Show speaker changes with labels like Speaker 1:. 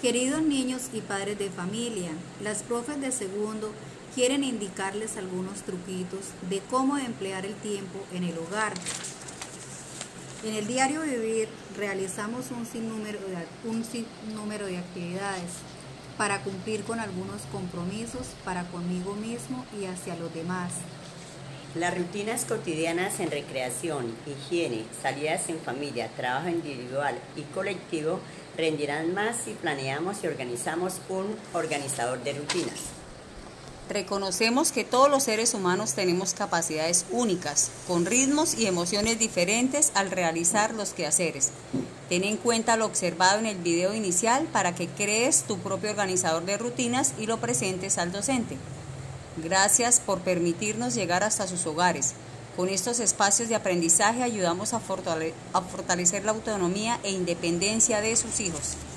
Speaker 1: Queridos niños y padres de familia, las profes de segundo quieren indicarles algunos truquitos de cómo emplear el tiempo en el hogar. En el diario vivir realizamos un sinnúmero de actividades para cumplir con algunos compromisos para conmigo mismo y hacia los demás.
Speaker 2: Las rutinas cotidianas en recreación, higiene, salidas en familia, trabajo individual y colectivo rendirán más si planeamos y organizamos un organizador de rutinas.
Speaker 3: Reconocemos que todos los seres humanos tenemos capacidades únicas, con ritmos y emociones diferentes al realizar los quehaceres. Ten en cuenta lo observado en el video inicial para que crees tu propio organizador de rutinas y lo presentes al docente. Gracias por permitirnos llegar hasta sus hogares. Con estos espacios de aprendizaje ayudamos a fortalecer la autonomía e independencia de sus hijos.